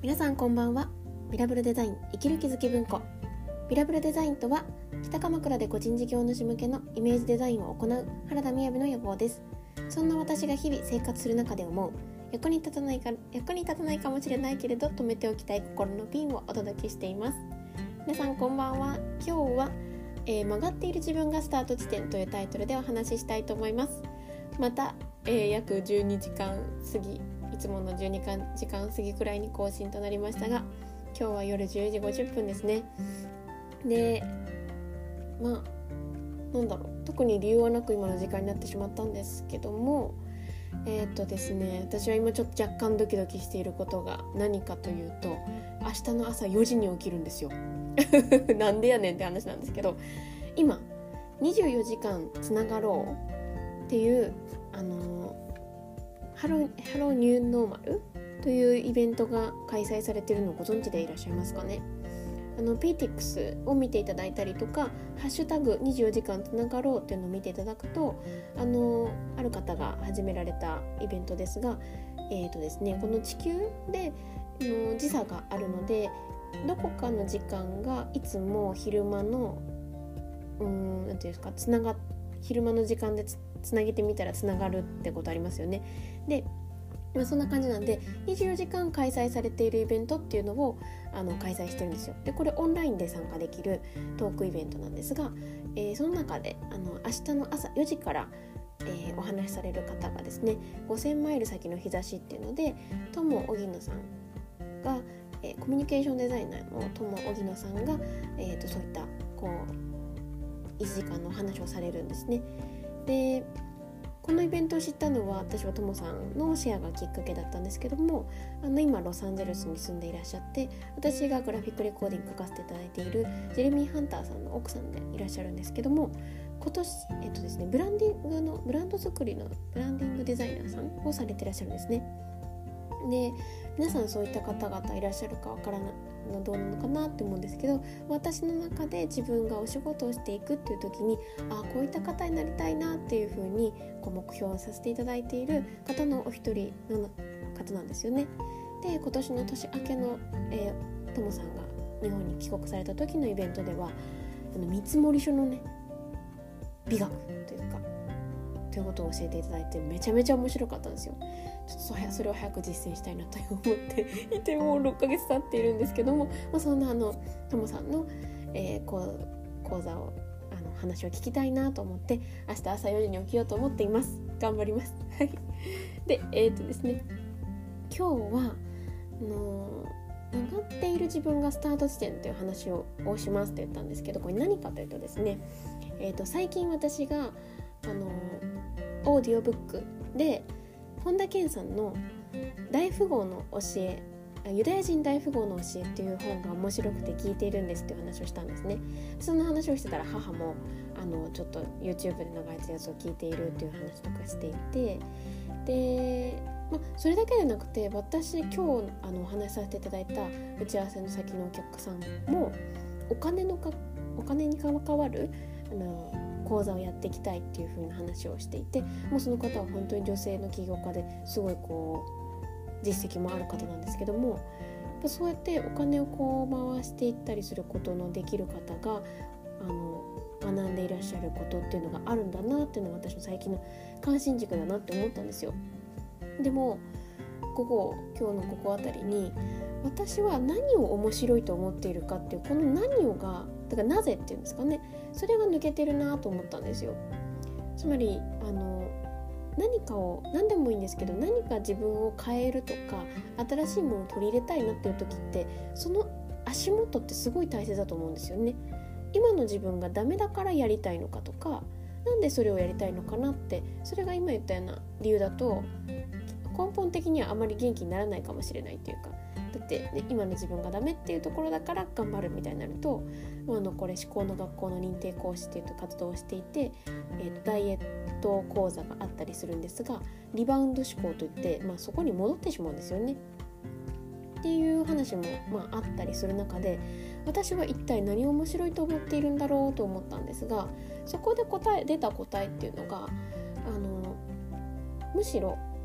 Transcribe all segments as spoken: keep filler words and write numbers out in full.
皆さんこんばんは。ミラブルデザイン生きる気づき文庫。ミラブルデザインとは、北鎌倉で個人事業主向けのイメージデザインを行う原田みやびの予防です。そんな私が日々生活する中で思う役に立たないか役に立たないかもしれないけれど止めておきたい心のピンをお届けしています。皆さんこんばんは。今日は、えー、曲がっている自分がスタート地点というタイトルでお話ししたいと思います。また、えー、約じゅうにじかん過ぎ、いつものじゅうにじかん過ぎくらいに更新となりましたが、今日は夜じゅうじごじゅっぷんですね。で、まあなんだろう特に理由はなく今の時間になってしまったんですけども、えー、っとですね私は今ちょっと若干ドキドキしていることが何かというと、明日の朝よじに起きるんですよなんでやねんって話なんですけど、今にじゅうよじかんつながろうっていうあのハロー、ハローニューノーマルというイベントが開催されているのをご存知でいらっしゃいますかね。あの ピーティックス を見ていただいたりとか、ハッシュタグにじゅうよじかんつながろうっていうのを見ていただくと、あのある方が始められたイベントですが、えーとですね、この地球での時差があるので、どこかの時間がいつも昼間のうーんなんていうんですかつなが昼間の時間で つ, つなげてみたらつながるってことありますよね。でまあ、そんな感じなんでにじゅうよじかん開催されているイベントっていうのをあの開催してるんですよ。でこれオンラインで参加できるトークイベントなんですが、えー、その中であの明日の朝よじから、えー、お話しされる方がですね、ごせんマイル先の日差しっていうので、友荻野さんが、えー、コミュニケーションデザイナーの友荻野さんが、えー、とそういったこういちじかんのお話をされるんですね。でこのイベントを知ったのは私はともさんのシェアがきっかけだったんですけども、あの今ロサンゼルスに住んでいらっしゃって、私がグラフィックレコーディング書かせていただいているジェレミー・ハンターさんの奥さんでいらっしゃるんですけども、今年、えっとですね、ブランディングのブランド作りのブランディングデザイナーさんをされていらっしゃるんですね。で皆さんそういった方々いらっしゃるかわからないのどうなのかなって思うんですけど、私の中で自分がお仕事をしていくっていう時に、あこういった方になりたいなっていう風にこう目標をさせていただいている方のお一人の方なんですよね。で今年の年明けの、えー、ともさんが日本に帰国された時のイベントでは、あの見積書のね美学というかということを教えていただいて、めちゃめちゃ面白かったんですよ。ちょっとそれを早く実践したいなと思っていて、もうろっかげつ経っているんですけども、まあ、そんなあのともさんの、えー、講座をあの話を聞きたいなと思って明日朝よじに起きようと思っています。頑張りますでえー、っとですね今日はあの曲がっている自分がスタート地点という話をしますって言ったんですけど、これ何かというとですね、えー、っと最近私があのオーディオブックで本田健さんの大富豪の教え、ユダヤ人大富豪の教えっていう本が面白くて聞いているんですっていう話をしたんですね。その話をしてたら母もあのちょっと YouTube で流れてるやつを聞いているっていう話とかしていて、で、ま、それだけでなくて、私今日あのお話しさせていただいた打ち合わせの先のお客さんもお金のかお金に関わるあの講座をやっていきたいっていう風な話をしていて、もうその方は本当に女性の起業家ですごいこう実績もある方なんですけども、そうやってお金をこう回していったりすることのできる方があの学んでいらっしゃることっていうのがあるんだなっていうのが私の最近の関心軸だなって思ったんですよ。でもここ今日のここあたりに、私は何を面白いと思っているかっていうこの何をがだからなぜっていうんですかね、それが抜けてるなと思ったんですよ。つまりあの何かを何でもいいんですけど、何か自分を変えるとか新しいものを取り入れたいなっていう時って、その足元ってすごい大切だと思うんですよね。今の自分がダメだからやりたいのかとか、なんでそれをやりたいのかなって、それが今言ったような理由だと根本的にはあまり元気にならないかもしれないというか、だって、ね、今の自分がダメっていうところだから頑張るみたいになると、あのこれ思考の学校の認定講師っていうと活動をしていて、えーと、ダイエット講座があったりするんですが、リバウンド思考といって、まあ、そこに戻ってしまうんですよねっていう話も、まあ、あったりする中で、私は一体何を面白いと思っているんだろうと思ったんですが、そこで答え出た答えっていうのが、あのむしろ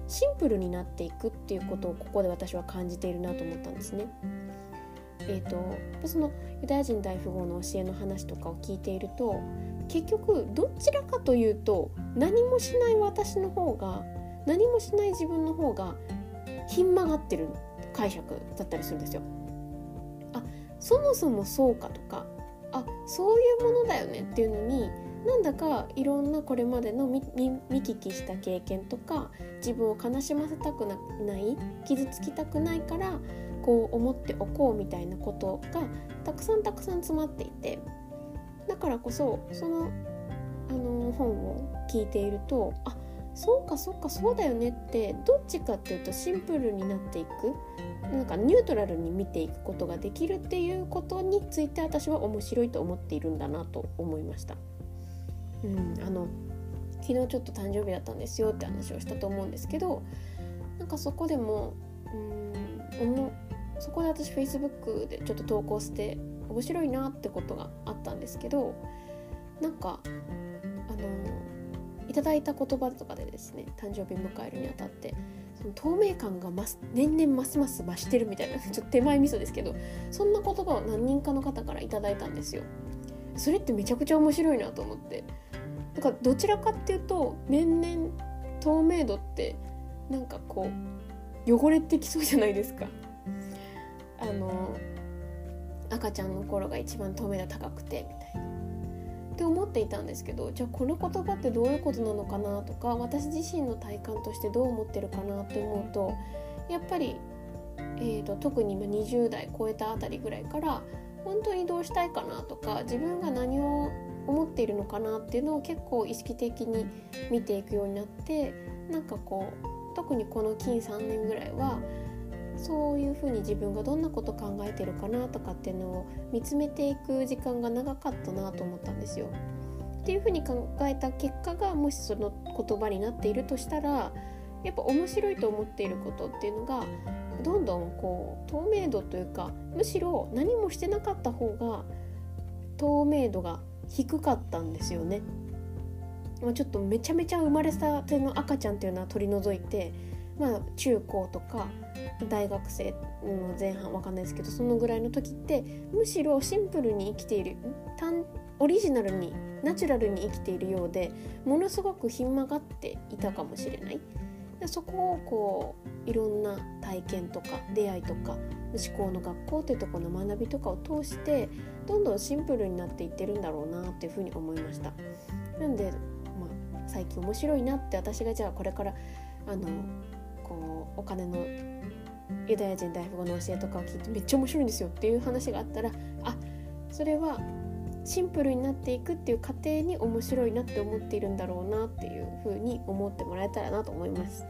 シンプルになっていくっていうことをここで私は感じているなと思ったんですね。えーと、そのユダヤ人大富豪の教えの話とかを聞いていると、結局どちらかというと何もしない私の方が何もしない自分の方がひん曲がってる解釈だったりするんですよ。あ、そもそもそうかとか、あ、そういうものだよねっていうのに、なんだかいろんなこれまでの 見, 見, 見聞きした経験とか、自分を悲しませたくない傷つきたくないからこう思っておこうみたいなことがたくさんたくさん詰まっていて、だからこそその、あの本を聞いていると、あ、そうかそうかそうだよねって、どっちかっていうとシンプルになっていく、なんかニュートラルに見ていくことができるっていうことについて私は面白いと思っているんだなと思いました。うん、あの昨日ちょっと誕生日だったんですよって話をしたと思うんですけど、なんかそこでもうーんそこで私 Facebook でちょっと投稿して面白いなってことがあったんですけど、なんかあのいただいた言葉とかでですね、誕生日迎えるにあたってその透明感がます年々ますます増してるみたいな、ちょっと手前味噌ですけど、そんな言葉を何人かの方からいただいたんですよ。それってめちゃくちゃ面白いなと思って、だからどちらかっていうと年々透明度ってなんかこう汚れてきそうじゃないですか。あの赤ちゃんの頃が一番透明度高くてみたいなって思っていたんですけど、じゃあこの言葉ってどういうことなのかなとか、私自身の体感としてどう思ってるかなって思うと、やっぱり、えーと、特に今にじゅう代超えたあたりぐらいから本当にどうしたいかなとか、自分が何を思っているのかなっていうのを結構意識的に見ていくようになって、なんかこう特にこの近さんねんぐらいはそういうふうに自分がどんなこと考えてるかなとかっていうのを見つめていく時間が長かったなと思ったんですよ。っていうふうに考えた結果がもしその言葉になっているとしたら、やっぱ面白いと思っていることっていうのがどんどんこう透明度というか、むしろ何もしてなかった方が透明度が低かったんですよね。まあ、ちょっとめちゃめちゃ生まれたての赤ちゃんっていうのは取り除いて、まあ、中高とか大学生の前半わかんないですけど、そのぐらいの時ってむしろシンプルに生きている、オリジナルにナチュラルに生きているようで、ものすごくひん曲がっていたかもしれない。そこをこういろんな体験とか出会いとか思考の学校というところの学びとかを通してどんどんシンプルになっていってるんだろうなっていうふうに思いました。なんで、まあ、最近面白いなって、私がじゃあこれからあのこうお金のユダヤ人大富豪の教えとかを聞いてめっちゃ面白いんですよっていう話があったら、あ、それはシンプルになっていくっていう過程に面白いなって思っているんだろうなっていう風に思ってもらえたらなと思いました。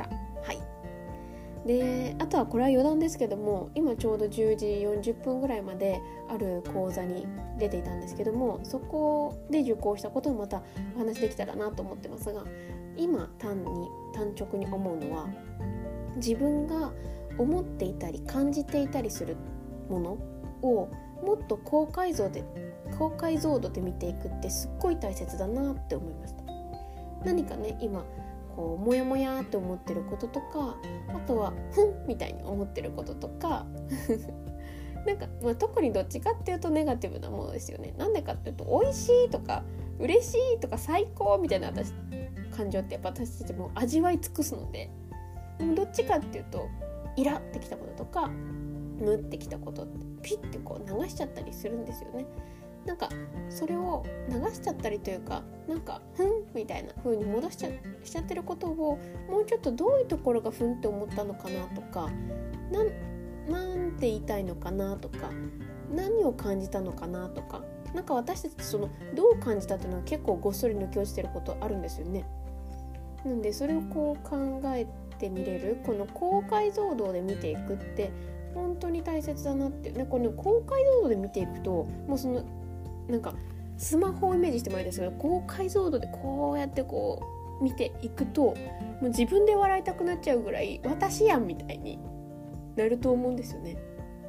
はい。で、あとはこれは余談ですけども、今ちょうどじゅうじよんじゅっぷんぐらいまである講座に出ていたんですけども、そこで受講したことをまたお話できたらなと思ってますが、今単に単直に思うのは、自分が思っていたり感じていたりするものをもっと高解像で高解像度で見ていくってすっごい大切だなって思いました。何かね、今こうモヤモヤって思ってることとか、あとはふんみたいに思ってることとかなんか、まあ、特にどっちかっていうとネガティブなものですよね。なんでかっていうと、美味しいとか嬉しいとか最高みたいな私感情ってやっぱ私たちも味わい尽くすので、でもどっちかっていうとイラってきたこととかムってきたことってピッてこう流しちゃったりするんですよね。なんかそれを流しちゃったりというか、なんかふんみたいな風に戻しちゃしちゃってることを、もうちょっとどういうところがふんって思ったのかなとか、なんなんて言いたいのかなとか、何を感じたのかなとか、なんか私たちそのどう感じたっていうのは結構ごっそり抜き落ちてることあるんですよね。なんでそれをこう考えてみれる、この高解像度で見ていくって本当に大切だなってね。この高解像度で見ていくと、もうそのなんかスマホをイメージしてもらいたいですけど、高解像度でこうやってこう見ていくと、もう自分で笑いたくなっちゃうぐらい私やんみたいになると思うんですよね。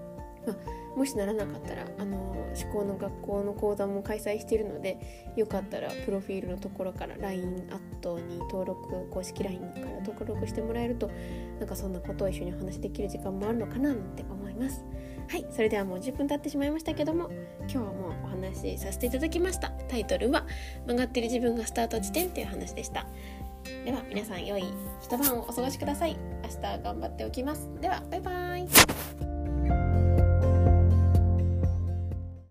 まあ、もしならなかったらあの思考の学校の講座も開催しているので、よかったらプロフィールのところから ライン アットに登録、公式 ライン から登録してもらえると、なんかそんなことを一緒にお話できる時間もあるのかなって思います。はい、それではもうじゅっぷん経ってしまいましたけども、今日はもうお話しさせていただきました。タイトルは曲がってる自分がスタート地点という話でした。では皆さん良い一晩をお過ごしください。明日頑張っておきます。ではバイバイ。